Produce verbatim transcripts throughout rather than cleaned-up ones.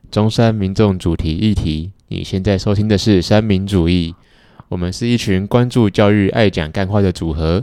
中山民众主题议题。你现在收听的是三民主义，我们是一群关注教育、爱讲干话的组合。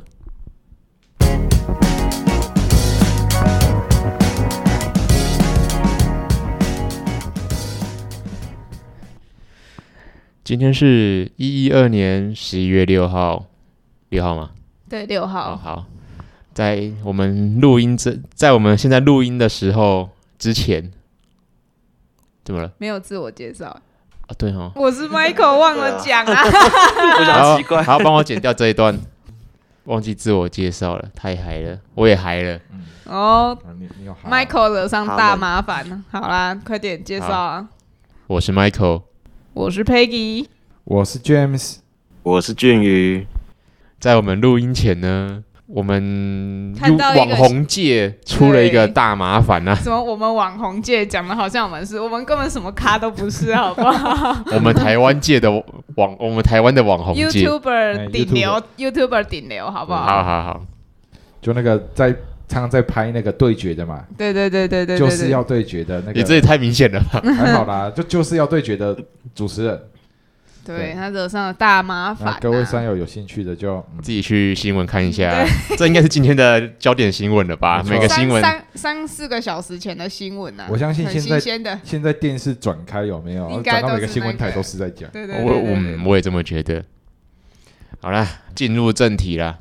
今天是一一二年十一月六号，六号吗？ 对，六号。 哦、好，在我们录音这，在我们现在录音的时候之前，怎么了？ 没有自我介绍啊，对哦， 我是 Michael， 忘了讲啊。 我想奇怪， 好，帮我剪掉这一段，忘记自我介绍了，太嗨了，我也嗨了。 嗯、哦、 啊你你 ，Michael 惹上大麻烦，好啦，快点介绍啊！ 我是 Michael。 我是 Peggy， 我是 James， 我是俊宇。 在我们录音前呢，我们网红界出了一个大麻烦啊！ 什么？我们网红界讲的好像我们是，我们根本什么咖都不是，好不好？ 我们台湾界的网，我们台湾的网红界 ，YouTuber 顶流 ，YouTuber 顶流，好不好？ 好好好， 就那个在常常在拍那个对决的嘛， 对对对对 对, 对, 对， 就是要对决的那个， 你这也太明显了吧？ 还好啦，就就是要对决的主持人。 对，他惹上了大麻烦、啊。 各位山友有兴趣的就、 嗯、自己去新闻看一下，这应该是今天的焦点新闻了吧？每个新闻三三四个小时前的新闻啊， 我相信现在新的现在电视转开有没有？转到每个新闻台都是在讲。 对对对对对我我我也这么觉得。好啦，进入正题啦。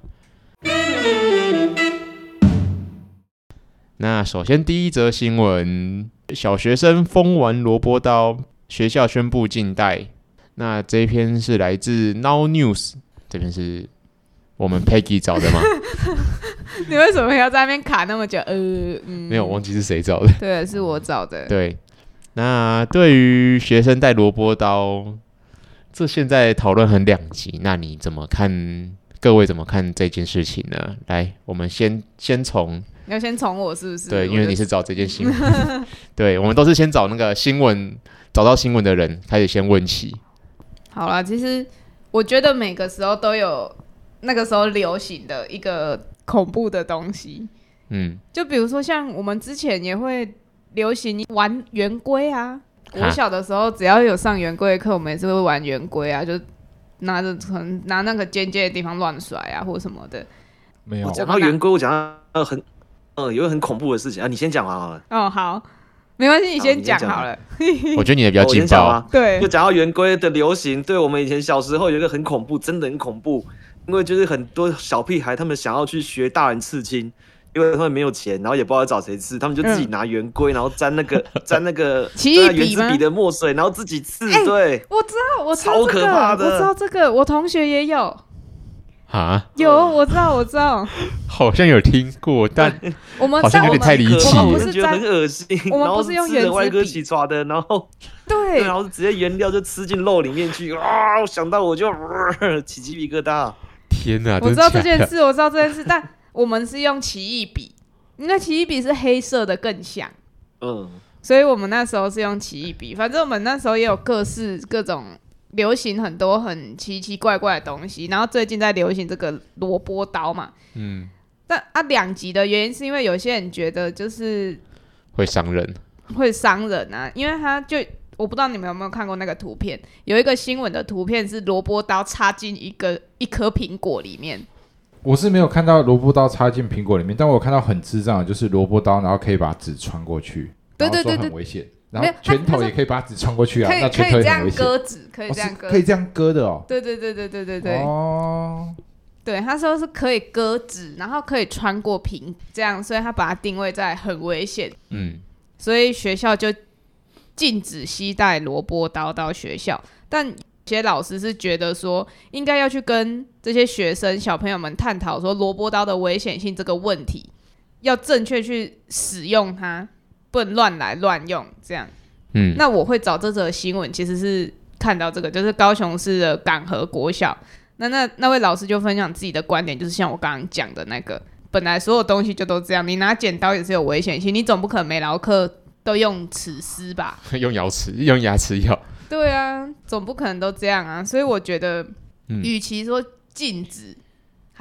那首先第一则新闻，小学生疯玩萝卜刀，学校宣布禁带。那这一篇是来自 Now News， 这篇是我们 Peggy 找的吗？ 你为什么要在那边卡那么久？呃，嗯， 没有，忘记是谁找的。 对，是我找的。 对，那对于学生带萝卜刀，这现在讨论很两极，那你怎么看？各位怎么看这件事情呢？来，我们先先从。 要先从我是不是？ 对，因为你是找这件新闻。对，我们都是先找那个新闻，找到新闻的人开始先问起。 好啦，其实我觉得每个时候都有那个时候流行的一个恐怖的东西。嗯，就比如说像我们之前也会流行玩圆规啊。我小的时候只要有上圆规的课，我们也是会玩圆规啊，就拿着可能拿那个尖尖的地方乱甩啊，或什么的。 没有。 讲到圆规，我讲到很。嗯，有个很恐怖的事情啊，你先讲好了。 哦，好，没关系，你先讲好了。 我觉得你的比较劲爆啊。 对， 就讲到圆规的流行，对我们以前小时候有一个很恐怖，真的很恐怖，因为就是很多小屁孩他们想要去学大人刺青，因为他们没有钱，然后也不知道找谁刺，他们就自己拿圆规，嗯、然后沾那个沾那个奇异笔圆珠笔的墨水，然后自己刺。欸、对， 我知道，我知道、这个、 超可怕的， 我知道这个，我同学也有。 啊， 有，我知道，我知道， 好像有听过，但我们好像有点太离奇了， 我们不是觉得很恶心， 我们不是用圆珠笔， 歪哥起抓的，然后对, 对，然后直接原料就吃进肉里面去啊！我想到我就、呃、起鸡皮疙瘩。 天哪！ 我知道这件事，我知道这件事，但我们是用奇异笔，因为奇异笔是黑色的更像，嗯，所以我们那时候是用奇异笔。反正我们那时候也有各式各种。流行很多很奇奇怪怪的东西，然后最近在流行这个萝卜刀嘛，嗯，但啊两极的原因是因为有些人觉得就是会伤人， 会伤人啊，因为他就我不知道你们有没有看过那个图片，有一个新闻的图片是萝卜刀插进一个一颗苹果里面。 我是没有看到萝卜刀插进苹果里面，但我有看到很智障的，就是萝卜刀，然后可以把纸穿过去， 对对对对， 很危险。然后拳头也可以把纸穿过去啊， 可以那拳头也很危险。 可以这样割纸，可以这样割、 哦，可以这样割的哦。 对对对对对对对。 哦。 对，他说是可以割纸，然后可以穿过屏，这样，所以他把它定位在很危险。嗯。所以学校就禁止携带萝卜刀到学校，但有些老师是觉得说，应该要去跟这些学生小朋友们探讨说萝卜刀的危险性这个问题，要正确去使用它。不能乱来乱用，这样。嗯，那我会找这则新闻，其实是看到这个，就是高雄市的港和国小，那那那位老师就分享自己的观点，就是像我刚刚讲的那个，本来所有东西就都这样，你拿剪刀也是有危险性，你总不可能每劳课都用齿丝吧？ 用牙齿，用牙齿咬。 对啊，总不可能都这样啊，所以我觉得，与、嗯、其说禁止。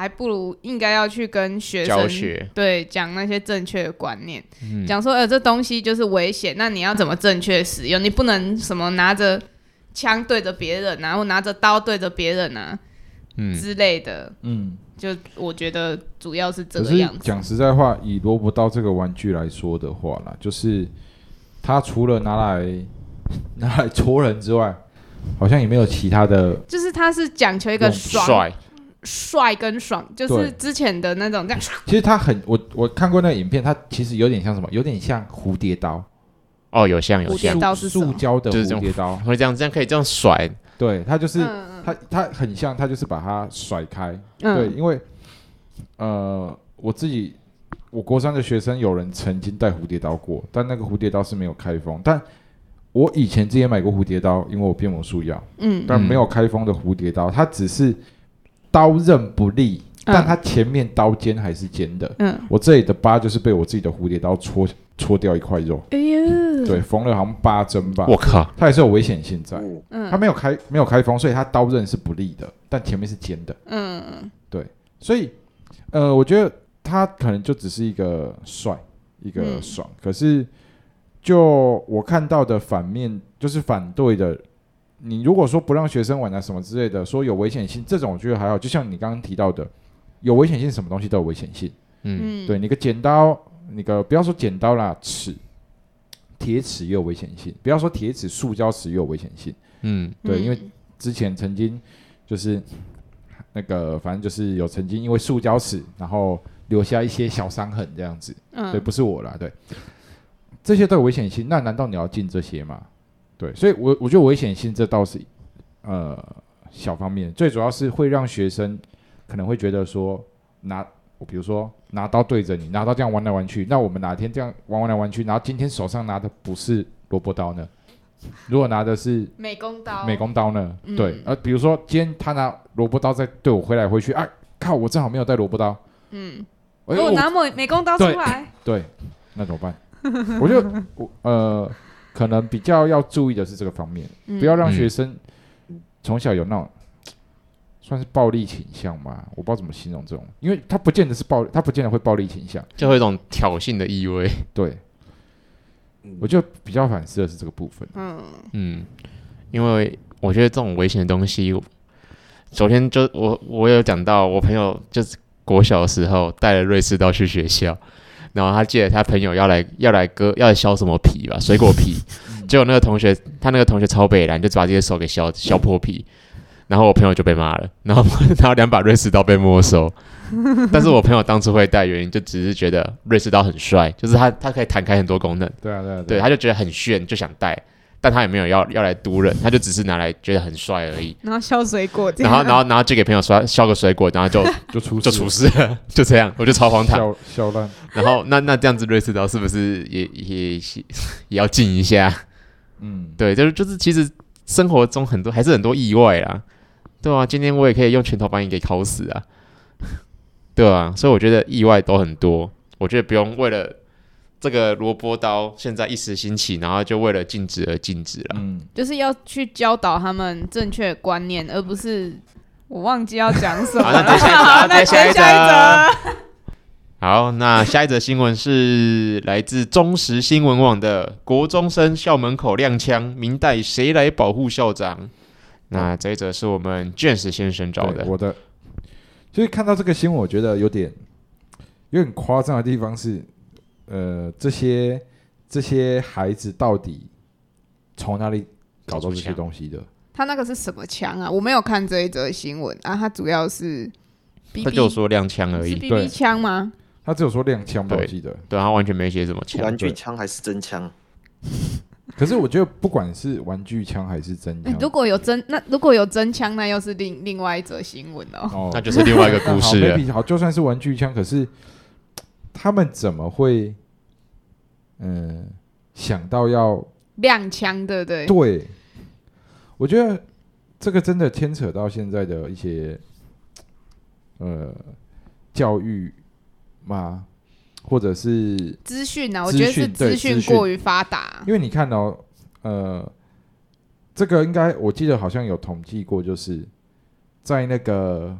还不如应该要去跟学生教学， 对讲那些正确的观念，讲、 嗯、 说呃这东西就是危险，那你要怎么正确使用？你不能什么拿着枪对着别人啊，或拿着刀对着别人啊、嗯、之类的。嗯，就我觉得主要是这个样子。 可是讲实在话，以萝卜刀这个玩具来说的话啦，就是它除了拿来拿来戳人之外，好像也没有其他的。 就是它是讲求一个爽。帅跟爽，就是之前的那种这样。 其实它很，我我看过那个影片，它其实有点像什么？有点像蝴蝶刀。 哦，有像有像。 蝴蝶刀是塑胶的蝴蝶刀， 会这样这样可以这样甩。 对，它就是嗯嗯它它很像，它就是把它甩开。嗯、对，因为呃，我自己我国三的学生有人曾经带蝴蝶刀过，但那个蝴蝶刀是没有开封。但我以前自己也买过蝴蝶刀，因为我变魔术药。嗯，但没有开封的蝴蝶刀，它只是。刀刃不利，但它前面刀尖还是尖的。嗯，我这里的疤就是被我自己的蝴蝶刀戳戳掉一块肉。哎呀，对，缝了好像八针吧。 我靠， 它还是有危险性在。嗯，它没有开没有开封，所以它刀刃是不利的，但前面是尖的。嗯，对，所以呃，我觉得它可能就只是一个帅，一个爽。嗯、可是就我看到的反面，就是反对的。你如果说不让学生玩啊什么之类的，说有危险性，这种我觉得还好。就像你刚刚提到的，有危险性，什么东西都有危险性。嗯，对，你个剪刀，你个不要说剪刀啦，尺、铁尺也有危险性。不要说铁尺，塑胶尺也有危险性。嗯，对，因为之前曾经就是那个，反正就是有曾经因为塑胶尺，然后留下一些小伤痕这样子。嗯，对，不是我啦，对，这些都有危险性。那难道你要禁这些吗？对，所以我，我我觉得危险性这倒是呃小方面，最主要是会让学生可能会觉得说拿，比如说拿刀对着你，拿刀这样玩来玩去，那我们哪天这样玩玩来玩去，然后今天手上拿的不是萝卜刀呢？如果拿的是美工刀， 美工刀呢？嗯、对，呃，比如说今天他拿萝卜刀在对我挥来挥去，啊，靠，我正好没有带萝卜刀，嗯， 我、欸、我拿美美工刀出来， 对，对那怎么办？我觉得我呃。可能比较要注意的是这个方面，嗯、不要让学生从小有那种、嗯、算是暴力倾向嘛，我不知道怎么形容这种，因为他不见得是暴，他不见得会暴力倾向， 就会有一种挑衅的意味。 对，我觉得比较反思的是这个部分。嗯嗯，因为我觉得这种危险的东西，昨天就我我有讲到，我朋友就是国小的时候带了瑞士刀去学校。然后他记得他朋友要来要来割要来削什么皮吧，水果皮，结果那个同学他那个同学超北蓝，就把自己的手给削削破皮，然后我朋友就被骂了，然后然后两把瑞士刀被没收。但是我朋友当初会带原因就只是觉得瑞士刀很帅，就是他他可以弹开很多功能， 对啊对啊 对, 对，他就觉得很炫，就想带。但他也没有要要来毒人，他就只是拿来觉得很帅而已。 然后削水果这样，然后然后然后就给朋友刷削个水果，然后就就出就出事了，就这样，我就超荒唐， 削烂。 然后那那这样子瑞士刀是不是也也也要禁一下？嗯，对，就是就是其实生活中很多还是很多意外啦，对啊，今天我也可以用拳头把你给烤死啊，对啊，所以我觉得意外都很多，我觉得不用为了。这个萝卜刀现在一时兴起，然后就为了禁止而禁止了。嗯， 就是要去教导他们正确观念，而不是我忘记要讲什么了。 好，那下一则，那下一则。好，那下一则新闻是来自中时新闻网的国中生校门口亮枪，明代谁来保护校长？那这一则是我们 James 先生找的。 我的，就是看到这个新闻，我觉得有点有点夸张的地方是。呃，这些这些孩子到底从哪里搞到这些东西的？ 他那个是什么枪啊？我没有看这一则新闻啊。他主要是 B B， 他就说亮枪而已， 是 B B 枪吗？ 他只有说亮枪吧，我记得。 对，他完全没写什么枪， 玩具枪还是真枪？ 可是我觉得不管是玩具枪还是真枪， 欸、如果有真那如果有真枪，那又是另另外一则新闻哦。 哦，那就是另外一个故事了。 好, 好，就算是玩具枪，可是他们怎么会？嗯，想到要亮枪，对不对？ 对，我觉得这个真的牵扯到现在的一些呃教育嘛，或者是资讯啊，我觉得是资讯过于发达。 因为你看哦，呃，这个应该我记得好像有统计过，就是在那个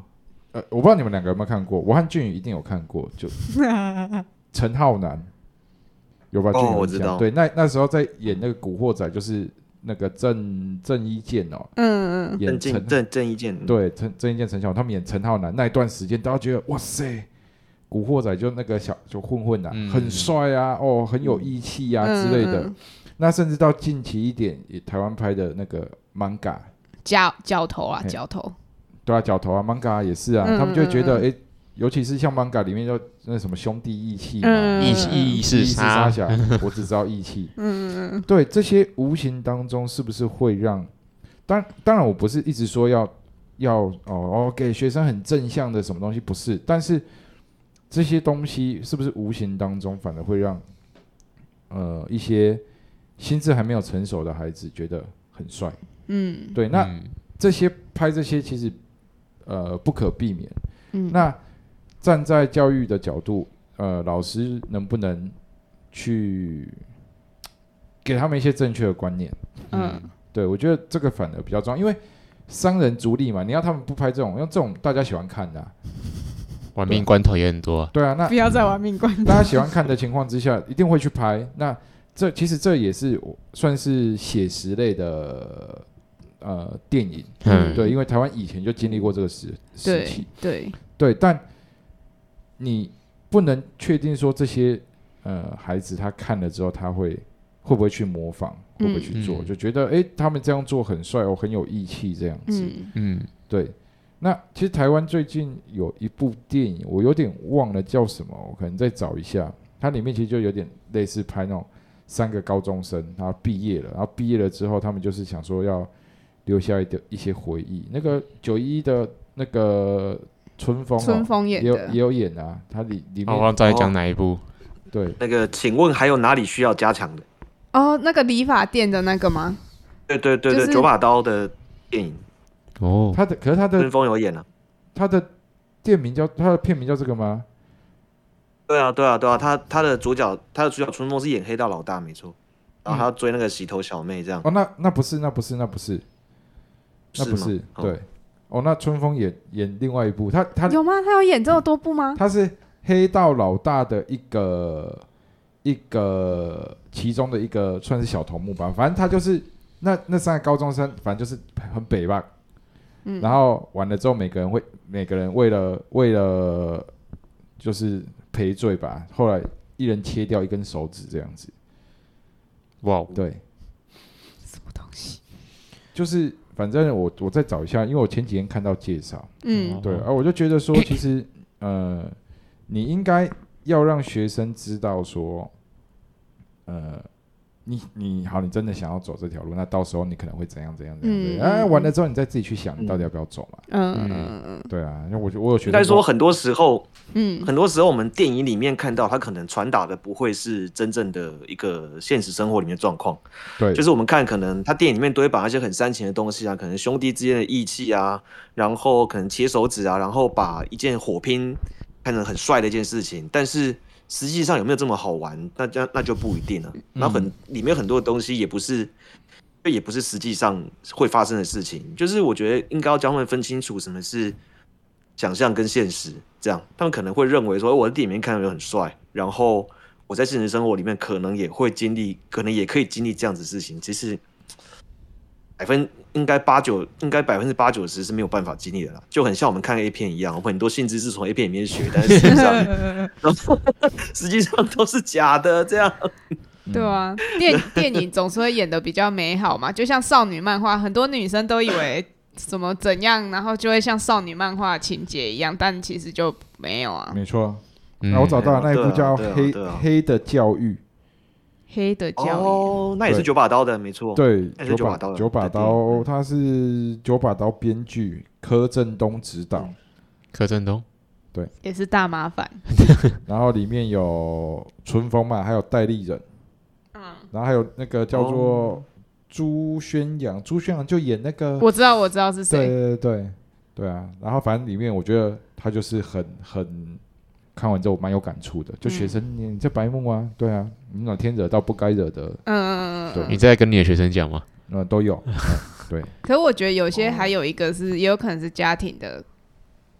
呃，我不知道你们两个有没有看过，我和俊宇一定有看过，就陈浩南有吧？俊宇、 哦、我知道。 对，那那时候在演那个《古惑仔》，就是那个郑郑伊健哦， 嗯嗯，演陈郑郑伊健， 对，郑郑伊健、陈小龙他们演陈浩南那一段时间，大家觉得哇塞。古惑仔就那个小就混混啊，嗯、很帅啊，哦，很有义气啊、嗯、之类的。那甚至到近期一点，台湾拍的那个 manga 角角头啊，角头， 对啊，角头啊 ，manga 也是啊，嗯、他们就会觉得，哎、欸，尤其是像 manga 里面就那什么兄弟义气嘛， 义气义是杀小，我只知道义气。嗯嗯对，这些无形当中是不是会让？当当然，我不是一直说要要哦哦给学生很正向的什么东西，不是，但是。这些东西是不是无形当中反而会让呃一些心智还没有成熟的孩子觉得很帅？嗯，对。那、嗯、这些拍这些其实呃不可避免。嗯，那站在教育的角度，呃，老师能不能去给他们一些正确的观念？嗯，对，我觉得这个反而比较重要，因为商人逐利嘛，你要他们不拍这种，因为这种大家喜欢看的、啊。 玩命关头也很多、啊， 对啊，那不要再玩命关头。 大家喜欢看的情况之下，一定会去拍。那这其实这也是算是写实类的呃电影，嗯，对，因为台湾以前就经历过这个时时期， 对对，但你不能确定说这些呃孩子他看了之后，他会会不会去模仿，会不会去做，嗯、就觉得哎、欸，他们这样做很帅哦，很有义气这样子，嗯，嗯对。那其实台湾最近有一部电影，我有点忘了叫什么，我可能再找一下。它里面其实就有点类似拍那种三个高中生，然后毕业了，然后毕业了之后，他们就是想说要留下一点一些回忆。那个九一一的那个春风、喔， 春风演的也有也有演啊，它里里面。 我忘在讲哪一部？ 对， 那个请问还有哪里需要加强的？ 哦，那个理发店的那个吗？ 对对对对，就是、九把刀的电影。 哦，他的可是他的春风有演啊， 他的店名叫他的片名叫这个吗？ 对啊对啊对啊，他他的主角他的主角春风是演黑道老大没错，然后他要追那个洗头小妹这样。 哦，那那不是那不是那不是，那不是对。哦，那春风演演另外一部，他他有吗？他有演这么多部吗？ 他是黑道老大的一个一个其中的一个算是小头目吧，反正他就是那那三个高中生，反正就是很北吧。嗯、然后完了之后，每个人会每个人为了为了就是赔罪吧，后来一人切掉一根手指这样子。 哇， 对， 什么东西？ 就是反正我我再找一下，因为我前几天看到介绍，嗯，对，啊，我就觉得说，其实呃，你应该要让学生知道说，呃。你你好，你真的想要走这条路，那到时候你可能会怎样怎样怎样？嗯、啊，完了之后你再自己去想，你到底要不要走嘛？嗯嗯嗯，对啊，因为我我有觉得， 应该说很多时候，嗯，很多时候我们电影里面看到，它可能传达的不会是真正的一个现实生活里面的状况。 对， 就是我们看，可能他电影里面都会把那些很煽情的东西啊，可能兄弟之间的义气啊，然后可能切手指啊，然后把一件火拼看成很帅的一件事情，但是。实际上有没有这么好玩？那就那就不一定了。然后很里面很多的东西也不是，也不是实际上会发生的事情。就是我觉得应该要教他们分清楚什么是想象跟现实。这样他们可能会认为说，我在电影里面看到很帅，然后我在现实生活里面可能也会经历，可能也可以经历这样子的事情。其实百分应该八九，应该百分之八九十是没有办法经历的啦，就很像我们看 A 片一样，我们很多性知识从 A 片里面学，但是实际上，实际上都是假的，这样。 对啊，电电影总是会演的比较美好嘛，就像少女漫画，很多女生都以为什么怎样，然后就会像少女漫画情节一样，但其实就没有啊。 没错，那、嗯、我找到了那一部叫黑《黑的教育》。 黑的教育哦，那也是九把刀的，没错。 对， 九把刀， 九把刀，他是九把刀编剧柯震东执导。 柯震东， 对， 也是大麻烦。 然后里面有春风嘛，还有戴立忍，嗯，然后还有那个叫做朱宣阳，朱宣阳就演那个， 我知道，我知道是谁。 对对对对啊，然后反正里面我觉得他就是很很。看完之后蛮有感触的，就学生、嗯、你这白目啊，对啊，你哪天惹到不该惹的，嗯嗯嗯，你在跟你的学生讲吗？ 嗯，都有，嗯、对。 可是我觉得有些还有一个是，也有可能是家庭的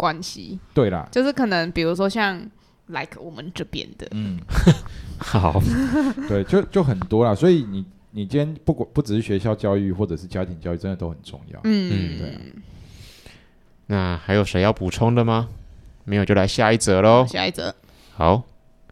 关系。 对啦， 就是可能比如说像 like 我们这边的， 嗯， 好， 对，就就很多啦。所以你你今天不管不只是学校教育或者是家庭教育，真的都很重要。 嗯， 对啊。 那还有谁要补充的吗？没有就来下一则喽。 下一则， 好。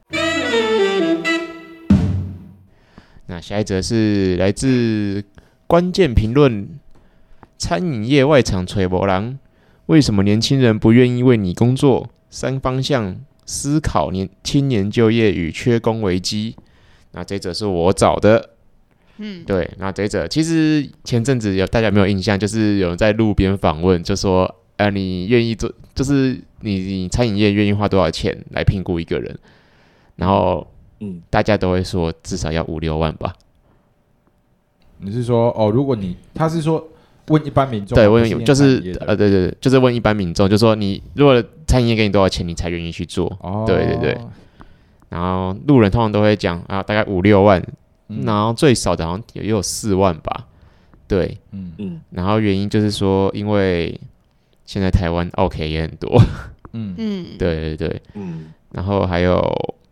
那下一则是来自关键评论：餐饮业外场吹波浪，为什么年轻人不愿意为你工作？三方向思考年青年就业与缺工危机。那这则是我找的，嗯，对。那这则其实前阵子有大家有没有印象？就是有人在路边访问，就说：“呃，你愿意做，就是你你餐饮业愿意花多少钱来评估一个人？”然后。嗯，大家都会说至少要五六万吧。 你是说哦？如果你他是说问一般民众， 对，问就是呃，对对对，就是问一般民众，就说你如果餐饮业给你多少钱，你才愿意去做？哦，对对对。然后路人通常都会讲啊，大概五六万，嗯、然后最少的好像也有四万吧。对，嗯嗯。然后原因就是说，因为现在台湾 OK 也很多，嗯嗯，对对对，嗯。然后还有。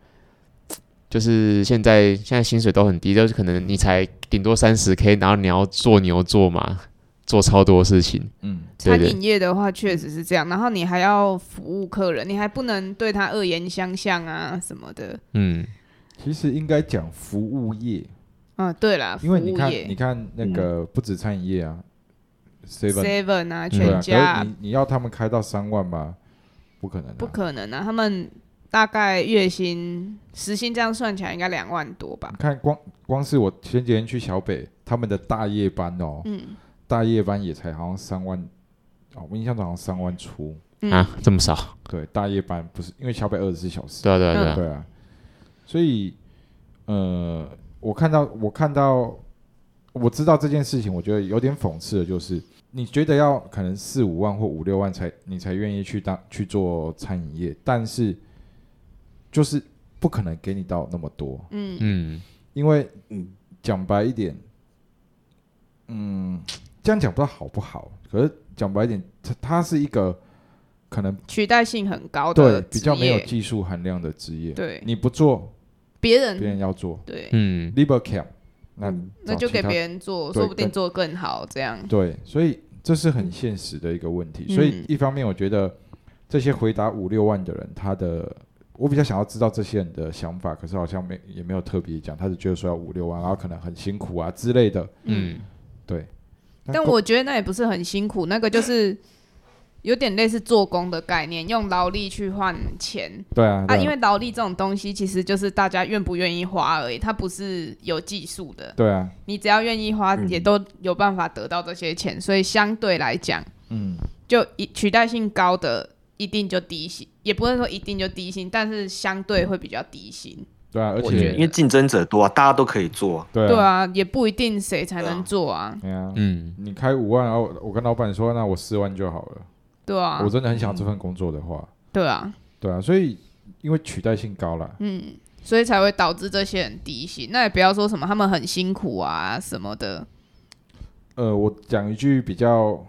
就是现在，现在薪水都很低，就是可能你才顶多三十 K， 然后你要做牛做马，做超多事情。嗯， 餐饮业的话确实是这样，然后你还要服务客人，你还不能对他恶言相向啊什么的。嗯， 其实应该讲服务业。 嗯，对啦， 因为你看，你看那个不止餐饮业啊 ，seven seven 啊，全家， 啊、你你要他们开到三万吗？不可能、啊， 不可能啊，他们。大概月薪时薪这样算起来应该两万多吧。 你看光光是我前几天去小北，他们的大夜班哦，嗯，大夜班也才好像三万，哦，我印象中好像三万出、 嗯、啊，这么少？ 对，大夜班不是因为小北二十四小时， 对啊对啊对啊， 对啊，所以呃，我看到我看到我知道这件事情，我觉得有点讽刺的就是，你觉得要可能四五万或五六万才你才愿意去当去做餐饮业，但是就是不可能给你到那么多，嗯嗯，因为讲白一点，嗯，这样讲不知道好不好，可是讲白一点，它它是一个可能取代性很高的， 对，比较没有技术含量的职业， 对， 你不做， 别人别人要做， 对， 嗯 ，labor camp， 那那就给别人做，说不定做更好，这样， 对，所以这是很现实的一个问题，嗯、所以一方面我觉得这些回答五六万的人，他的。我比较想要知道这些人的想法，可是好像没也没有特别讲，他只觉得说要五六万，然后可能很辛苦啊之类的。嗯，对。 但, 但我觉得那也不是很辛苦，那个就是有点类似做工的概念，用劳力去换钱。 对啊，对啊， 啊，因为劳力这种东西其实就是大家愿不愿意花而已，它不是有技术的。 对啊， 你只要愿意花，嗯、也都有办法得到这些钱，所以相对来讲，嗯，就取代性高的。一定就低薪，也不会说一定就低薪，但是相对会比较低薪。 对啊，而且因为竞争者多啊，大家都可以做啊。 对啊， 对啊，也不一定谁才能做啊。 对啊，嗯，你开五万，然后我跟老板说，那我四万就好了。 对啊， 我真的很想这份工作的话。嗯、 对啊， 对啊，所以因为取代性高啦， 嗯，所以才会导致这些人低薪。那也不要说什么他们很辛苦啊什么的。 呃，我讲一句比较。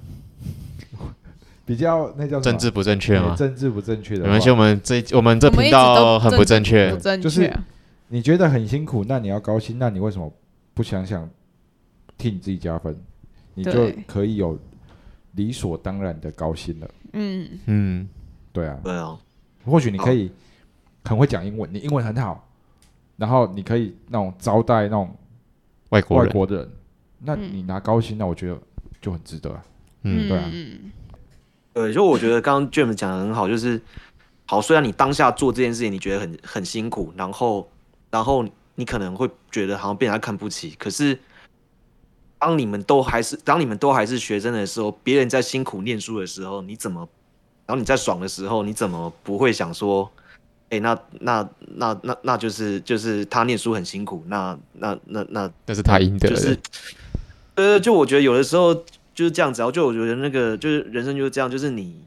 比较那叫政治不正确吗？ 政治不正确的， 没关系，我们这我们这频道很不正确， 就是你觉得很辛苦，那你要高薪，那你为什么不想想替你自己加分？你就可以有理所当然的高薪了。嗯嗯，对啊， 对啊， 或许你可以很会讲英文，你英文很好，然后你可以那种招待那种外国外国的人，那你拿高薪，那我觉得就很值得啊。嗯，对啊。 对，就我觉得刚刚 James 讲的很好，就是好，虽然你当下做这件事情你觉得很很辛苦，然后然后你可能会觉得好像被人家看不起，可是当你们都还是当你们都还是学生的时候，别人在辛苦念书的时候，你怎么，然后你在爽的时候，你怎么不会想说，哎、欸，那那那那那就是就是他念书很辛苦，那那那那那是他应得的， 就是呃，就我觉得有的时候。就是这样子啊，就我觉得那个就是人生就是这样，就是你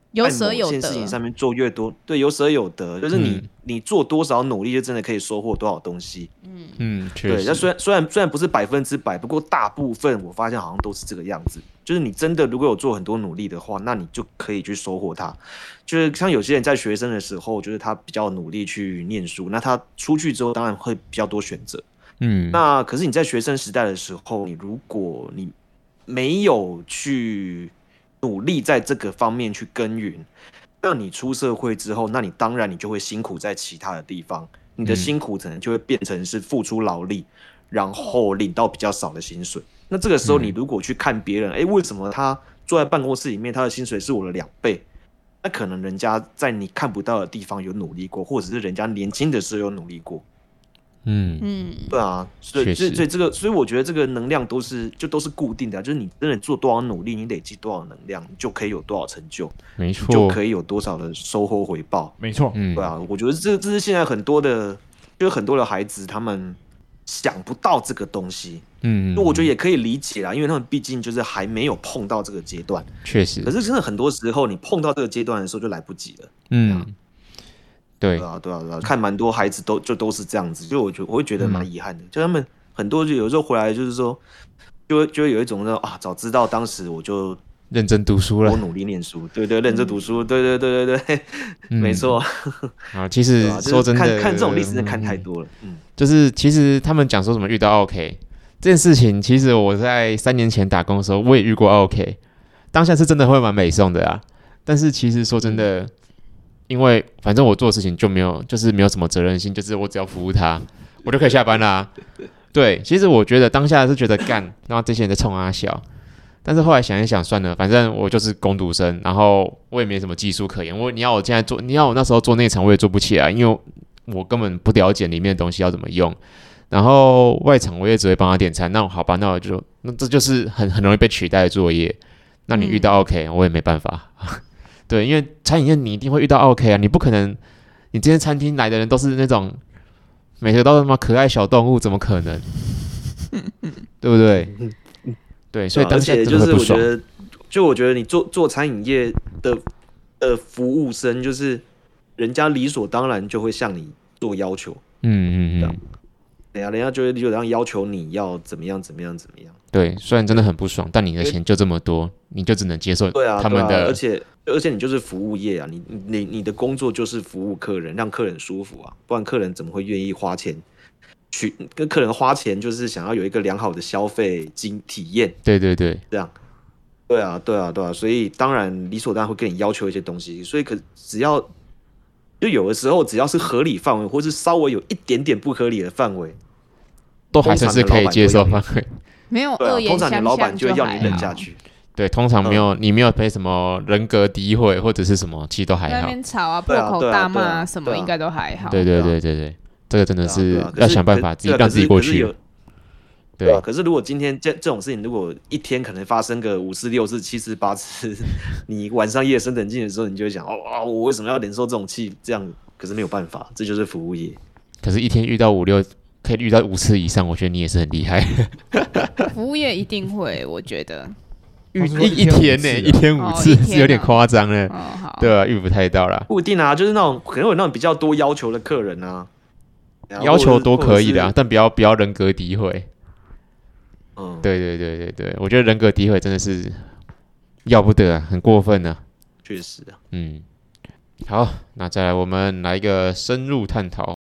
有舍有得， 在某件事情上面做越多，对，有舍有得，就是你、嗯、你做多少努力，就真的可以收获多少东西。 嗯嗯，确实。对，那虽然虽然虽然不是百分之百，不过大部分我发现好像都是这个样子。就是你真的如果有做很多努力的话，那你就可以去收获它。就是像有些人在学生的时候，就是他比较努力去念书，那他出去之后当然会比较多选择。嗯，那可是你在学生时代的时候，你如果你没有去努力在这个方面去耕耘，那你出社会之后，那你当然你就会辛苦在其他的地方，你的辛苦可能就会变成是付出劳力，然后领到比较少的薪水。那这个时候你如果去看别人，哎、嗯，为什么他坐在办公室里面，他的薪水是我的两倍？那可能人家在你看不到的地方有努力过，或者是人家年轻的时候有努力过。嗯嗯，对啊，所以所以这个，所以我觉得这个能量都是就都是固定的、啊，就是你真的做多少努力，你累积多少能量，你就可以有多少成就， 没错， 就可以有多少的收获回报， 没错， 嗯，对啊，我觉得这这是现在很多的，就是很多的孩子他们想不到这个东西，嗯，我觉得也可以理解啦，因为他们毕竟就是还没有碰到这个阶段， 确实， 可是真的很多时候你碰到这个阶段的时候就来不及了， 嗯。对, 对啊，对啊，对啊，看蛮多孩子都就都是这样子，就我觉得我会觉得蛮遗憾的，嗯、就他们很多就有时候回来就是说，就会就会有一种说啊，早知道当时我就认真读书了， 我努力念书，对对，认真读书，嗯、对对对对对，嗯、没错。 啊，其实说真的， 看看这种例子真的看太多了，嗯， 就是其实他们讲说什么遇到 OK 这件事情，其实我在三年前打工的时候，我也遇过 OK， 当下是真的会蛮美颂的啊，但是其实说真的。因为反正我做的事情就没有，就是没有什么责任心，就是我只要服务他，我就可以下班啦、啊。对，其实我觉得当下是觉得干，然后这些人在冲他笑，但是后来想一想，算了，反正我就是工读生，然后我也没什么技术可言。我你要我现在做，你要我那时候做内场，我也做不起来，因为我根本不了解里面的东西要怎么用。然后外场我也只会帮他点餐，那好吧，那我就那这就是很很容易被取代的作业。那你遇到 OK，、嗯、我也没办法。对，因为餐饮业你一定会遇到 OK 啊，你不可能，你这些餐厅来的人都是那种每个都是什么可爱小动物，怎么可能？对不对？对，所以当下真的会不爽。 而且就是我觉得，就我觉得你做做餐饮业的呃服务生，就是人家理所当然就会向你做要求。嗯嗯嗯。对啊，人家就会理所当然要求你要怎么样怎么样怎么样。 对，虽然真的很不爽，但你的钱就这么多，你就只能接受他们的。 对啊，对啊，而且而且你就是服务业啊，你你你的工作就是服务客人，让客人舒服啊，不然客人怎么会愿意花钱去跟客人花钱？就是想要有一个良好的消费经体验。 对对对， 这样。对啊，对啊，对啊，所以当然理所当然会跟你要求一些东西，所以可只要就有的时候只要是合理范围，或是稍微有一点点不合理的范围， 都还是可以接受范围。 没有恶言相向， 通常你老板就会要你忍下去。 对，通常没有、嗯、你没有被什么人格诋毁或者是什么，其实都还好。 那边吵啊，破口大骂啊，什么应该都还好。 对对对对对，这个真的是要想办法自己让自己过去。 对啊，可是如果今天这这种事情，如果一天可能发生个五次、六次、七次、八次，你晚上夜深人静的时候，你就会想，哦啊，我为什么要忍受这种气？这样，可是没有办法，这就是服务业。 可是，一天遇到五六，可以遇到五次以上，我觉得你也是很厉害。 服务业一定会，我觉得。 遇一一天呢、欸，一天五次、哦、是有点夸张了，哦、对啊，遇不太到啦。 不一定啊，就是那种可能有那种比较多要求的客人啊， 要求多可以的、啊，但不要不要人格诋毁。嗯，对对对对对，我觉得人格诋毁真的是要不得啊，很过分啊。 确实啊， 嗯，好，那再来我们来一个深入探讨。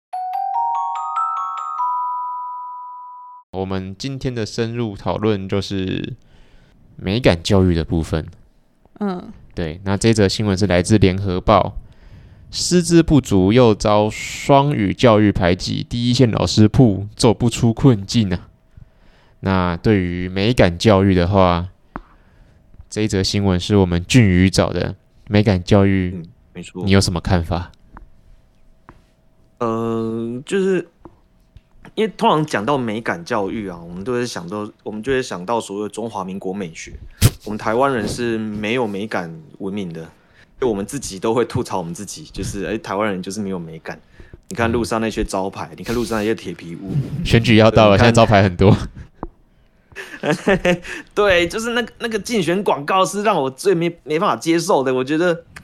我们今天的深入讨论就是美感教育的部分。嗯，对，那这则新闻是来自联合报，师资不足又遭双语教育排挤，第一线老师铺走不出困境啊。那对于美感教育的话，这一则新闻是我们俊宇找的。美感教育，嗯，没错，你有什么看法？ 呃，就是因为通常讲到美感教育啊，我们都会想到，我们就会想到所谓的中华民国美学。我们台湾人是没有美感文明的，就我们自己都会吐槽我们自己，就是哎、欸，台湾人就是没有美感。你看路上那些招牌，你看路上那些铁皮屋。 选举要到了，现在招牌很多。 对，就是那个那个竞选广告是让我最没没办法接受的。我觉得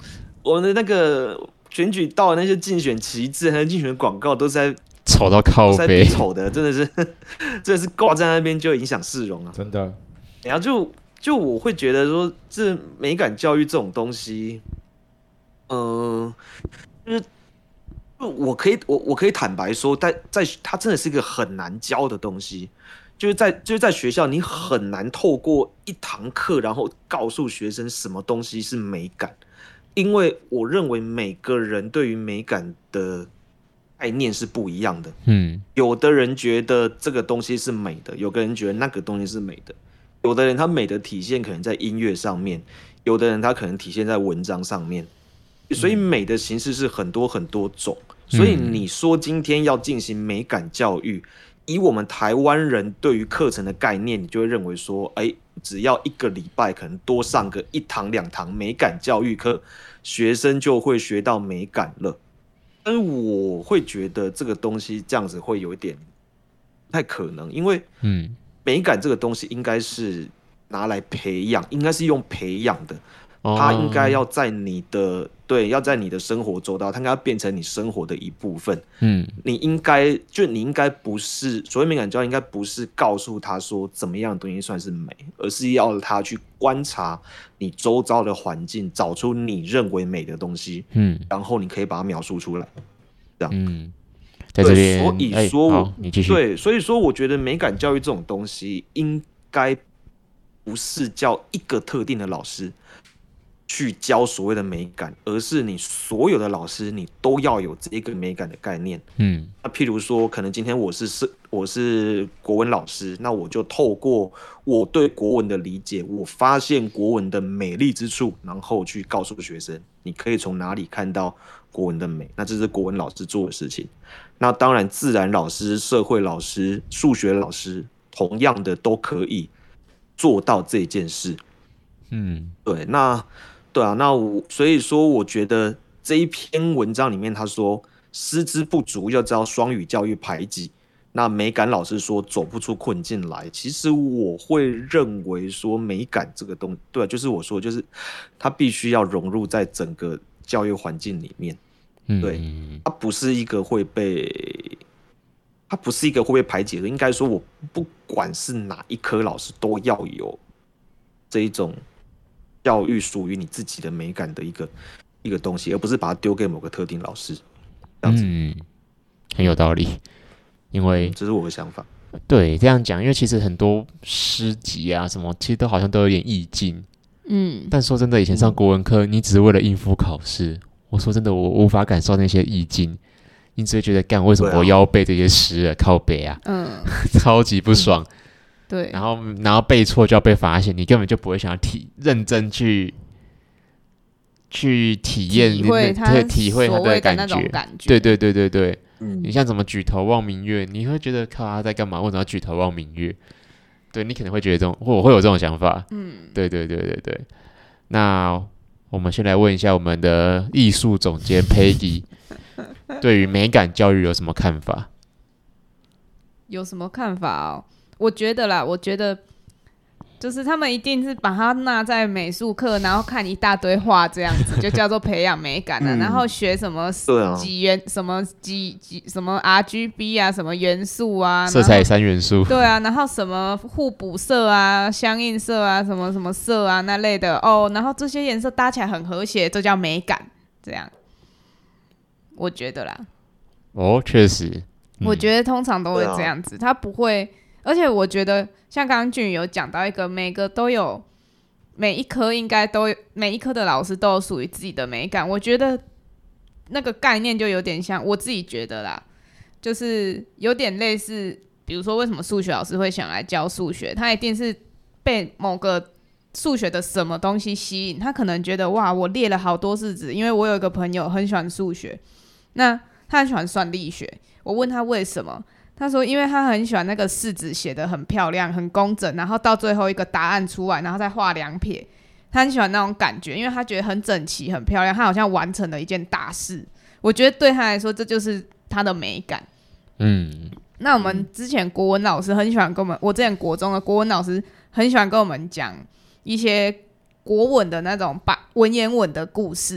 我们的那个选举到的那些竞选旗帜还有竞选广告都是在丑到靠背， 丑的，真的是真的是挂在那边就影响市容啊，真的。 然后就就我会觉得说，这美感教育这种东西，嗯、呃，就是我可以我我可以坦白说，在在它真的是一个很难教的东西，就是在就是在学校你很难透过一堂课，然后告诉学生什么东西是美感，因为我认为每个人对于美感的概念是不一样的。嗯，有的人觉得这个东西是美的，有个人觉得那个东西是美的。有的人他美的体现可能在音乐上面，有的人他可能体现在文章上面，所以美的形式是很多很多种。所以你说今天要进行美感教育，以我们台湾人对于课程的概念，你就会认为说，哎，只要一个礼拜可能多上个一堂两堂美感教育课，学生就会学到美感了。但是我会觉得这个东西这样子会有一点不太可能，因为嗯。美感这个东西应该是拿来培养，应该是用培养的，它应该要在你的对，要在你的生活周到，它应该要变成你生活的一部分。嗯，你应该就你应该不是所谓美感教育，应该不是告诉他说怎么样的东西算是美，而是要他去观察你周遭的环境，找出你认为美的东西，嗯，然后你可以把它描述出来，这样。嗯。 在这边， 所以说我， 欸、你继续。 对，所以说，我觉得美感教育这种东西，应该不是叫一个特定的老师去教所谓的美感，而是你所有的老师，你都要有这个美感的概念。嗯，那譬如说，可能今天我是是我是国文老师，那我就透过我对国文的理解，我发现国文的美丽之处，然后去告诉学生，你可以从哪里看到国文的美。那这是国文老师做的事情。那当然，自然老师、社会老师、数学老师，同样的都可以做到这件事。嗯，对，那对啊，那我所以说，我觉得这一篇文章里面他说，师资不足要知道双语教育排挤。那美感老师说走不出困境来，其实我会认为说美感这个东西，对啊，就是我说，就是它必须要融入在整个教育环境里面。对，它不是一个会被，它不是一个会被排解的。应该说，我不管是哪一科老师，都要有这一种教育属于你自己的美感的一个一个东西，而不是把它丢给某个特定老师。这样子，嗯， 很有道理。因为、 嗯、这是我的想法。 对，这样讲，因为其实很多诗集啊什么，其实都好像都有点意境。嗯，但说真的，以前上国文课，你只是为了应付考试。我说真的，我无法感受那些意境，你只会觉得干为什么我要背这些诗啊？靠背啊，嗯，超级不爽。嗯、 对， 然后然后背错就要被发现，你根本就不会想要体认真去去体验， 体会他体会他的感觉。 感觉对对对对对，嗯，你像什么举头望明月，你会觉得靠他在干嘛？为什么要举头望明月？对你可能会觉得这种，我会有这种想法。嗯，对对对对对，那。我们先来问一下我们的艺术总监 Peggy 对于美感教育有什么看法？ 有什么看法哦？我觉得啦，我觉得就是他们一定是把它纳在美术课，然后看一大堆画这样子，就叫做培养美感了、啊嗯。然后学什么几元、啊、什么几几什么 R G B 啊，什么元素啊， 色彩三元素。 对啊，然后什么互补色啊、相应色啊、什么什么色啊那类的哦。然后这些颜色搭起来很和谐，这叫美感。这样，我觉得啦。 哦，确实、 嗯，我觉得通常都会这样子，他不会。而且我觉得，像刚刚俊宇有讲到一个，每个都有，每一科应该都有，每一科的老师都有属于自己的美感。我觉得那个概念就有点像，我自己觉得啦，就是有点类似，比如说为什么数学老师会想来教数学，他一定是被某个数学的什么东西吸引，他可能觉得哇，我列了好多式子，因为我有一个朋友很喜欢数学，那他很喜欢算力学，我问他为什么。他说因为他很喜欢那个式子写得很漂亮很工整，然后到最后一个答案出来然后再画两撇，他很喜欢那种感觉，因为他觉得很整齐很漂亮，他好像完成了一件大事。我觉得对他来说这就是他的美感。嗯，那我们之前国文老师很喜欢跟我们，我之前国中的国文老师很喜欢跟我们讲一些国文的那种文言文的故事。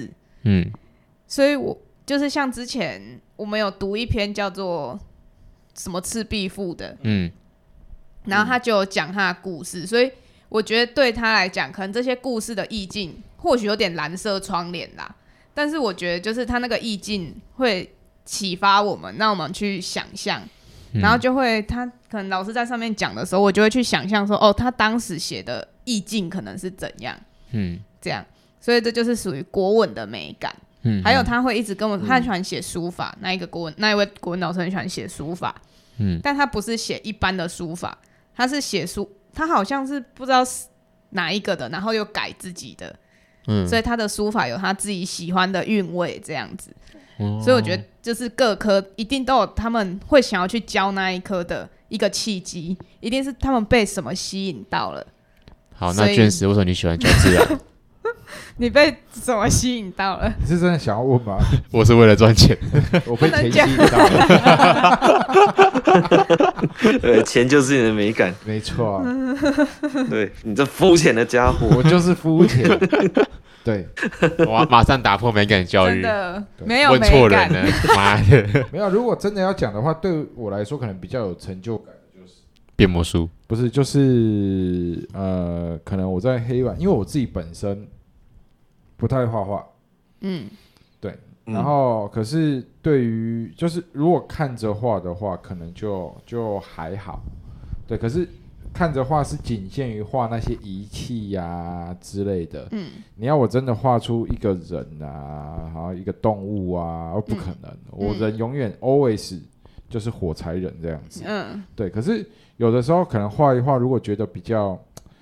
嗯，所以我就是像之前我们有读一篇叫做什么赤壁赋的，嗯，然后他就有讲他的故事，所以我觉得对他来讲，可能这些故事的意境或许有点蓝色窗帘啦，但是我觉得就是他那个意境会启发我们，让我们去想象，然后就会他可能老师在上面讲的时候，我就会去想象说，哦，他当时写的意境可能是怎样，嗯，这样，所以这就是属于国文的美感。嗯，还有他会一直跟我，他很喜欢写书法，那一个国文那一位国文老师很喜欢写书法，嗯，但他不是写一般的书法，他是写书，他好像是不知道哪一个的，然后又改自己的，嗯，所以他的书法有他自己喜欢的韵味，这样子。哦，所以我觉得就是各科一定都有他们会想要去教那一科的一个契机，一定是他们被什么吸引到了。 好，那卷石为什么你喜欢教自然？ 你被什么吸引到了？ 你是真的想要问吗？ 我是为了赚钱， 我被钱吸引到了。 对，钱就是你的美感， 没错。 对，你这肤浅的家伙， 我就是肤浅。对， 我马上打破美感教育， 真的没有问错人了，妈的！ 没有，如果真的要讲的话，对我来说可能比较有成就感的就是变魔术， 不是，就是呃，可能我在黑板，因为我自己本身不太会画画，嗯，对，然后可是对于就是如果看着画的话，可能就就还好，对，可是。看着画是仅限于画那些仪器呀、啊、之类的，嗯，你要我真的画出一个人啊，然后一个动物啊，不可能，嗯、我人永远 always 就是火柴人这样子，嗯，对。可是有的时候可能画一画，如果觉得比较，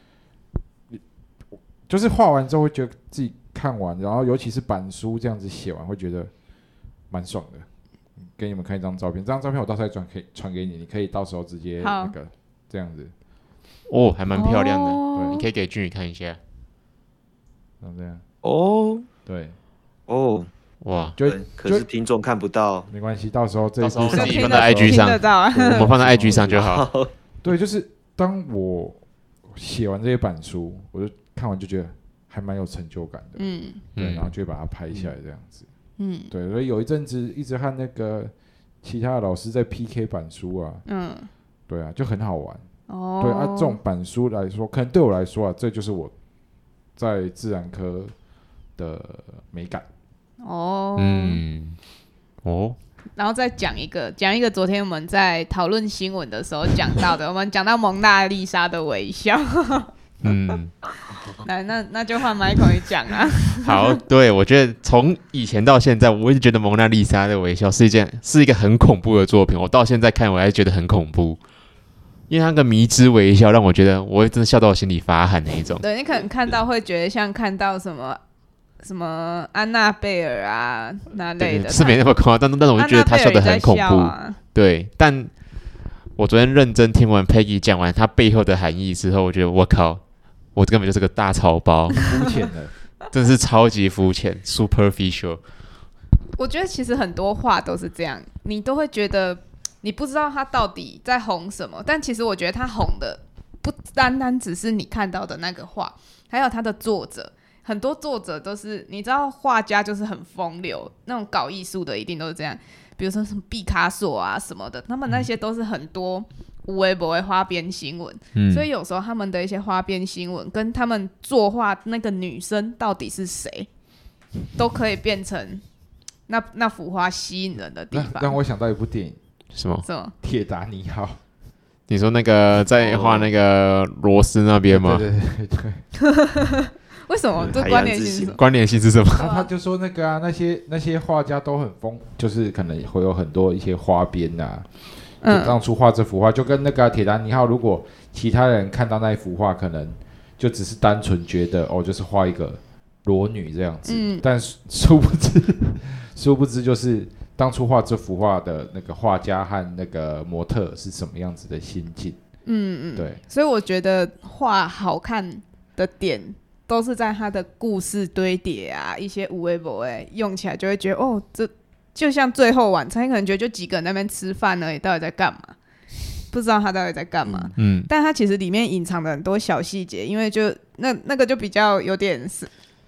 就是画完之后会觉得自己看完，然后尤其是板书这样子写完，会觉得蛮爽的。给你们看一张照片，这张照片我到时候转可以传给你，你可以到时候直接那个这样子。 哦，还蛮漂亮的，哦、你可以给俊宇看一下。 这样哦， 对， 哦， 哇， 就可是听众看不到， 没关系，到时候这到时候自己放在 I G 上，我们放在 I G 上就好。 对，就是当我写完这些板书，我就看完就觉得还蛮有成就感的，嗯，对，然后就会把它拍下来这样子，嗯，对，所以有一阵子一直和那个其他的老师在 P K 板书啊，嗯，对啊，就很好玩。哦，对啊，这种板书来说，可能对我来说啊，这就是我在自然科的美感。 哦，嗯， 哦， 然后再讲一个，讲一个昨天我们在讨论新闻的时候讲到的，我们讲到蒙娜丽莎的微笑。嗯，那那那就换 Michael 你讲啊。 好，对，我觉得从以前到现在，我一直觉得蒙娜丽莎的微笑是一件是一个很恐怖的作品，我到现在看我还觉得很恐怖。因为那个迷之微笑让我觉得我会真的笑到我心里发寒那一种。 对，你可能看到会觉得像看到什么什么安娜贝尔啊那类的， 是没那么夸张，但但是我就觉得他笑得很恐怖。啊、对，但我昨天认真听完 Peggy 讲完他背后的含义之后，我觉得我靠，我根本就是个大草包， 肤浅的， 真的是超级肤浅 ，superficial。 我觉得其实很多话都是这样，你都会觉得。你不知道他到底在红什么，但其实我觉得他红的不单单只是你看到的那个画，还有他的作者。很多作者都是，你知道画家就是很风流，那种搞艺术的一定都是这样。比如说什么毕卡索啊什么的，他们那些都是很多有的没的花边新闻、嗯，所以有时候他们的一些花边新闻跟他们作画那个女生到底是谁，都可以变成那那幅画吸引人的地方。 让我想到一部电影。 什么？ 什么？ 铁达尼号？ 你说那个在画那个罗斯那边吗？ 对对对对。 为什么？这关联性是什么？ 关联性是什么？ 他他就说那个啊，那些那些画家都很疯，就是可能会有很多一些花边啊。嗯。当初画这幅画，就跟那个铁达尼号，如果其他人看到那一幅画，可能就只是单纯觉得哦，就是画一个裸女这样子。嗯。但殊不知，殊不知就是。当初画这幅画的那个画家和那个模特是什么样子的心境？嗯嗯，对， 所以我觉得画好看的点都是在它的故事堆叠啊，一些有的没的用起来就会觉得哦，这就像最后晚餐，可能觉得就几个人在那边吃饭而已，到底在干嘛？不知道他到底在干嘛。嗯，但他其实里面隐藏的很多小细节，因为就那那个就比较有点是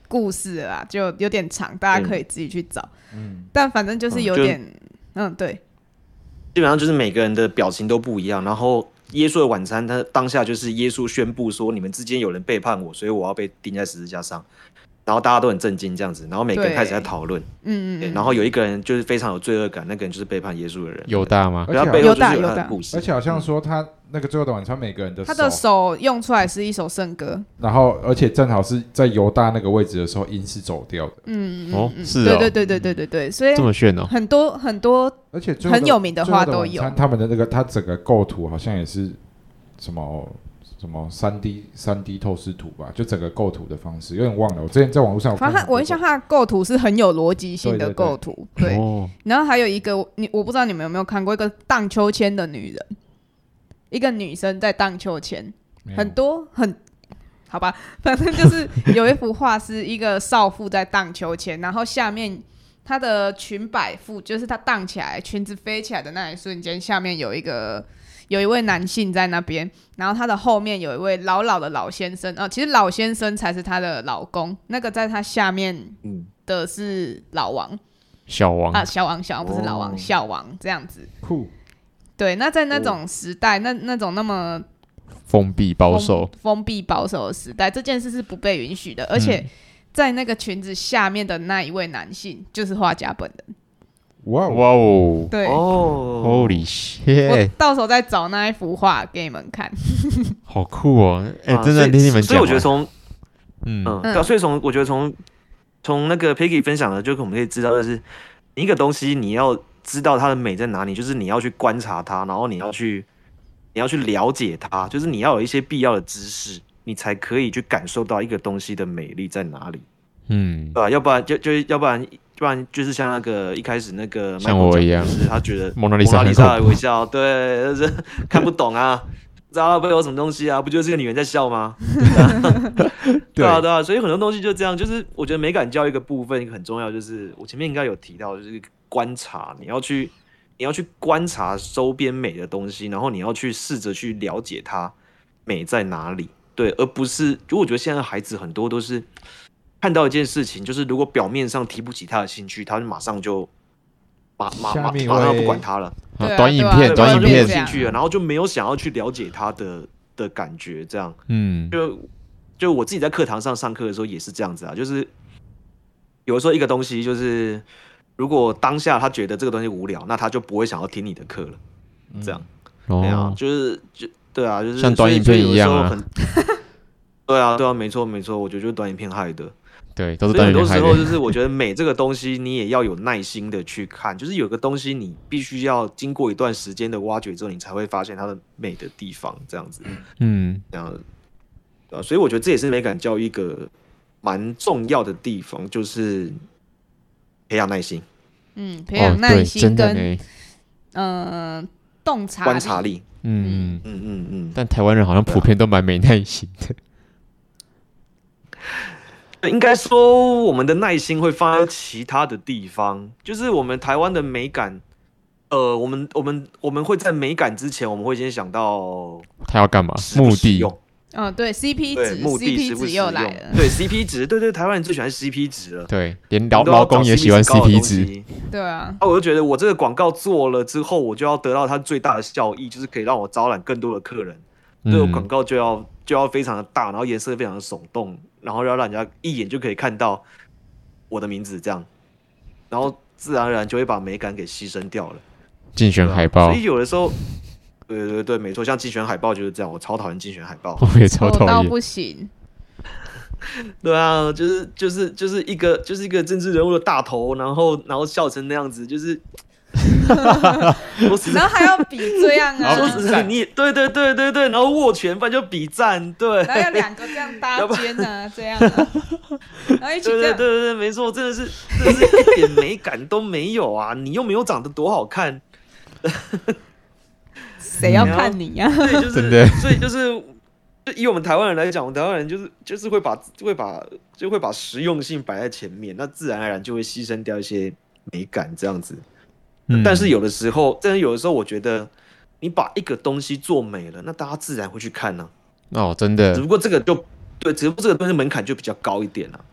故事啦，就有点长，大家可以自己去找。嗯，但反正就是有点，嗯，嗯对， 基本上就是每个人的表情都不一样。然后耶稣的晚餐，他当下就是耶稣宣布说，你们之间有人背叛我，所以我要被钉在十字架上。然后大家都很震惊这样子，然后每个人开始在讨论，嗯嗯，然后有一个人就是非常有罪恶感，那个人就是背叛耶稣的人， 犹大吗？ 他背后就是有他的故事， 而且好像说他那个最后的晚餐，每个人的手他的手用出来是一首圣歌， 然后而且正好是在犹大那个位置的时候，音是走掉的， 嗯嗯哦，是哦，对对对对对对对，所以这么炫哦， 很多很多， 而且很有名的话都有， 他们的那个他整个构图好像也是什么。什么三 D 三 D 透视图吧，就整个构图的方式有点忘了。我之前在网络上有看， 反正我印象它的构图是很有逻辑性的构图，对, 对, 对, 对、哦。然后还有一个，你我不知道你们有没有看过一个荡秋千的女人，一个女生在荡秋千，很多很好吧，反正就是有一幅画是一个少妇在荡秋千，然后下面她的裙摆腹，就是她荡起来，裙子飞起来的那一瞬间，下面有一个。有一位男性在那边，然后他的后面有一位老老的老先生，呃，其实老先生才是他的老公，那个在他下面的是老王， 小王啊，小王，小王不是老王，哦、小王这样子。 酷。 对，那在那种时代，那那种那么封闭保守、 封闭保守的时代，这件事是不被允许的，而且在那个裙子下面的那一位男性就是画家本人。 哇哦！ 对哦 ，Holy shit！ 我到时候再找那一幅画给你们看。 好酷哦！哎、欸，真的听你们讲， 所以我觉得从， 嗯嗯，所以从我觉得从从那个 Peggy 分享的，就是我们可以知道的是，一个东西你要知道它的美在哪里，就是你要去观察它，然后你要去你要去了解它，就是你要有一些必要的知识，你才可以去感受到一个东西的美丽在哪里。嗯，对吧？要不然就就要不然。不然就是像那个一开始那个像我一样， 就是他觉得蒙娜丽莎的微笑，对，就是看不懂啊，不知道背后有什么东西啊，不就是个女人在笑吗？对啊，对啊，所以很多东西就这样，就是我觉得美感教育一个部分一个很重要，就是我前面应该有提到，就是观察，你要去你要去观察周边美的东西，然后你要去试着去了解它美在哪里，对，而不是，就我觉得现在的孩子很多都是。看到一件事情，就是如果表面上提不起他的兴趣，他就马上就马马马马上不管他了。 啊、 短影片，短影片兴趣了，然后就没有想要去了解他的的感觉，这样。嗯，就就我自己在课堂上上课的时候也是这样子啊，就是有的时候一个东西，就是如果当下他觉得这个东西无聊，那他就不会想要听你的课了。这样，嗯、对啊，就是就对啊，就是像短影片一样啊。 对啊，对啊，没错没错，我觉得就是短影片害的。 对，都是短影片害的。 所以很多时候就是我觉得美这个东西，你也要有耐心的去看，就是有个东西你必须要经过一段时间的挖掘之后，你才会发现它的美的地方，这样子。嗯，这样子。啊，所以我觉得这也是美感教育一个蛮重要的地方，就是培养耐心。 嗯，培养耐心跟、 哦、 呃洞察力、 观察力。 嗯嗯嗯嗯。但台湾人好像普遍都蛮没耐心的。 应该说，我们的耐心会放在其他的地方，就是我们台湾的美感，呃，我们我们我们会在美感之前，我们会先想到他要干嘛，目的。 嗯，对 ，C P 值， 目的 C P 值又来了。 对 C P 值，对对，台湾人最喜欢 C P 值了。 对，连劳劳工也喜欢 C P 值。 对啊。 那我就觉得，我这个广告做了之后，我就要得到它最大的效益，就是可以让我招揽更多的客人。这个广告就要就要非常的大，然后颜色非常的耸动，然后要让人家一眼就可以看到我的名字这样，然后自然而然就会把美感给牺牲掉了。 竞选海报， 所以有的时候，对对对，没错，像竞选海报就是这样，我超讨厌竞选海报， 我也超讨厌， 到不行。 对啊，就是就是就是一个就是一个政治人物的大头，然后然后笑成那样子，就是。 然后还要比这样啊！ 说实在，你对对对对对，然后握拳，不然就比赞，对。 然后要两个这样搭肩啊，这样、啊，然后一起这样。 对对对对，没错，真的是，真的是一点美感都没有啊！你又没有长得多好看， 谁要看你呀、啊？ 对，就是，所以就是，就以我们台湾人来讲，我们台湾人就是就是会把会把就会把实用性摆在前面，那自然而然就会牺牲掉一些美感，这样子。但是有的时候，但是有的时候，我觉得你把一个东西做美了，那大家自然会去看呢、 啊。哦，真的。 只不过这个就对，只不过这个东西门槛就比较高一点了、啊。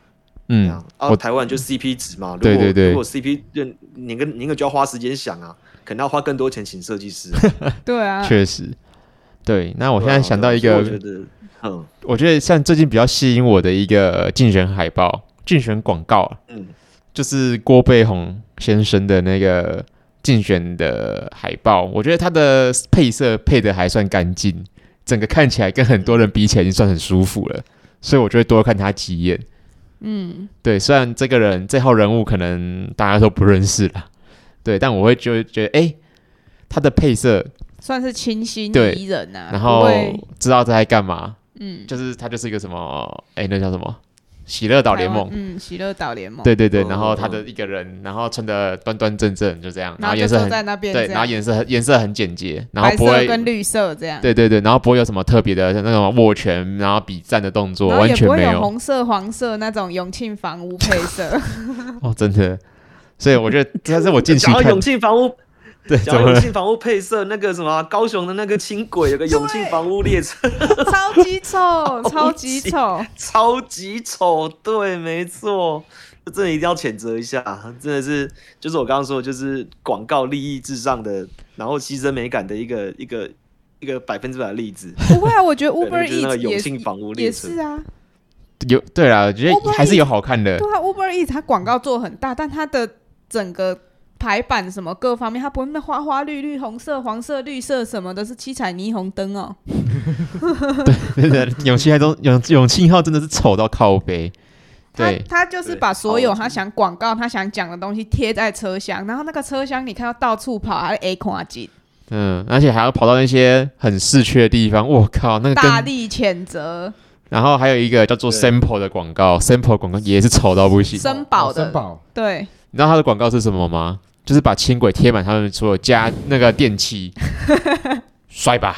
嗯，然后台湾就 C P 值嘛， 对对对， 如果 C P 你跟你就要花时间想啊，可能要花更多钱请设计师、 啊。对啊， 确实。对，那我现在想到一个， 我觉得，嗯， 我觉得像最近比较吸引我的一个竞选海报、竞选广告，嗯，就是郭背宏先生的那个竞选的海报，我觉得他的配色配的还算干净，整个看起来跟很多人比起来已经算很舒服了，所以我就会多看他几眼。嗯，对，虽然这个人这号人物可能大家都不认识啦，对，但我会就会觉得，哎、欸，他的配色。 算是清新宜人啊， 然后知道在干嘛，嗯，就是他就是一个什么，哎、欸，那叫什么？喜乐岛联盟， 嗯，喜乐岛联盟， 对对对，然后他的一个人，然后穿的端端正正，就这样，然后颜色很在那边， 对，然后颜色颜色很简洁，然后不会白色跟绿色这样， 对对对，然后不会有什么特别的那种握拳，然后比战的动作，完全没有， 有红色、黄色那种永庆房屋配色， 哦，真的，所以我觉得这是我近期看永庆房屋。 对， 讲永庆房屋配色那个什么，高雄的那个轻轨有个永庆房屋列车， 超级丑，超级丑， 超级丑，对，没错，真的一定要谴责一下，真的是，就是我刚刚说的，就是广告利益至上的，然后牺牲美感的一个一个一个百分之百的例子。 不会啊，我觉得 Uber Eats 永庆房屋列车也是啊， 有对啦，我觉得还是有好看的。 对啊 ，Uber Eats 它广告做很大，但它的整个排版什么各方面，它不会那花花绿绿、红色、黄色、绿色什么的，是七彩霓虹灯哦。 对对对，永庆号都永永庆号真的是丑到靠北。对， 他就是把所有他想广告、他想讲的东西贴在车厢，然后那个车厢你看到到处跑，还 A 看紧。 嗯，而且还要跑到那些很市区的地方，我靠，那个大力谴责。 然后还有一个叫做 Sample 的广告 ，Sample 广告也是丑到不行。 森宝的， 森宝， 对。 你知道他的广告是什么吗？就是把轻轨贴满他们所有加那个电器，摔吧。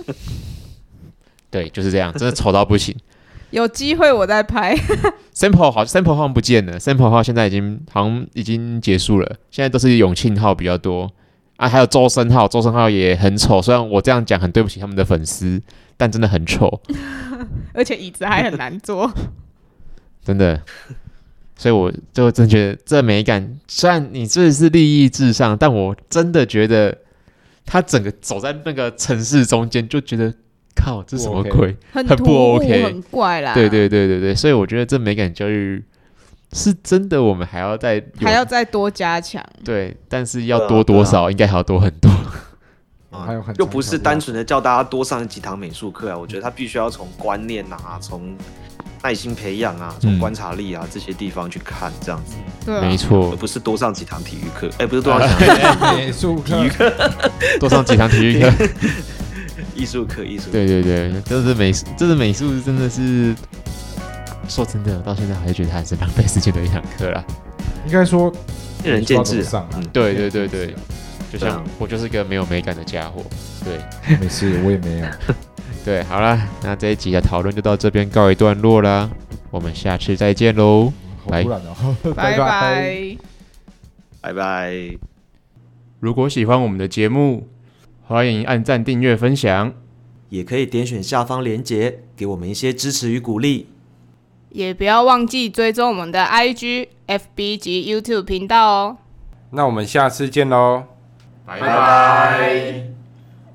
对，就是这样，真的丑到不行。 有机会我再拍。 Sample 好 ，Sample 号不见了 ，Sample 号现在已经好像已经结束了，现在都是永庆号比较多啊，还有周深号，周深号也很丑。虽然我这样讲很对不起他们的粉丝，但真的很丑， 而且椅子还很难坐， 真的。所以我就真觉得这美感，虽然你这是利益至上，但我真的觉得他整个走在那个城市中间，就觉得靠，这什么鬼， 很不 OK， 很怪啦。 对对对对对，所以我觉得这美感教育是真的，我们还要再还要再多加强。 对，但是要多多少，应该还要多很多。 还有很又不是单纯的叫大家多上几堂美术课啊，我觉得他必须要从观念啊，从耐心培养啊，从观察力啊、嗯、这些地方去看，这样子， 对、啊， 没错， 而不是多上几堂体育课，哎、欸，不是多上几堂美术课， 体育课， 多上几堂体育课， 艺术课，艺术， 对对对，这是美术，这是美术，真的是说真的，我到现在还是觉得还是浪费时间的一堂课啦。 应该说见仁见智， 嗯， 对对对对，就像我就是个没有美感的家伙， 对，没事，我也没有。 对，好啦，那这一集的讨论就到这边告一段落啦，我们下次再见喽， 拜拜， 拜拜， 拜拜。 如果喜欢我们的节目，欢迎按赞、订阅、分享， 也可以点选下方连结，给我们一些支持与鼓励。 也不要忘记追踪我们的 I G、F B 及 YouTube 频道哦。 那我们下次见喽， 拜拜。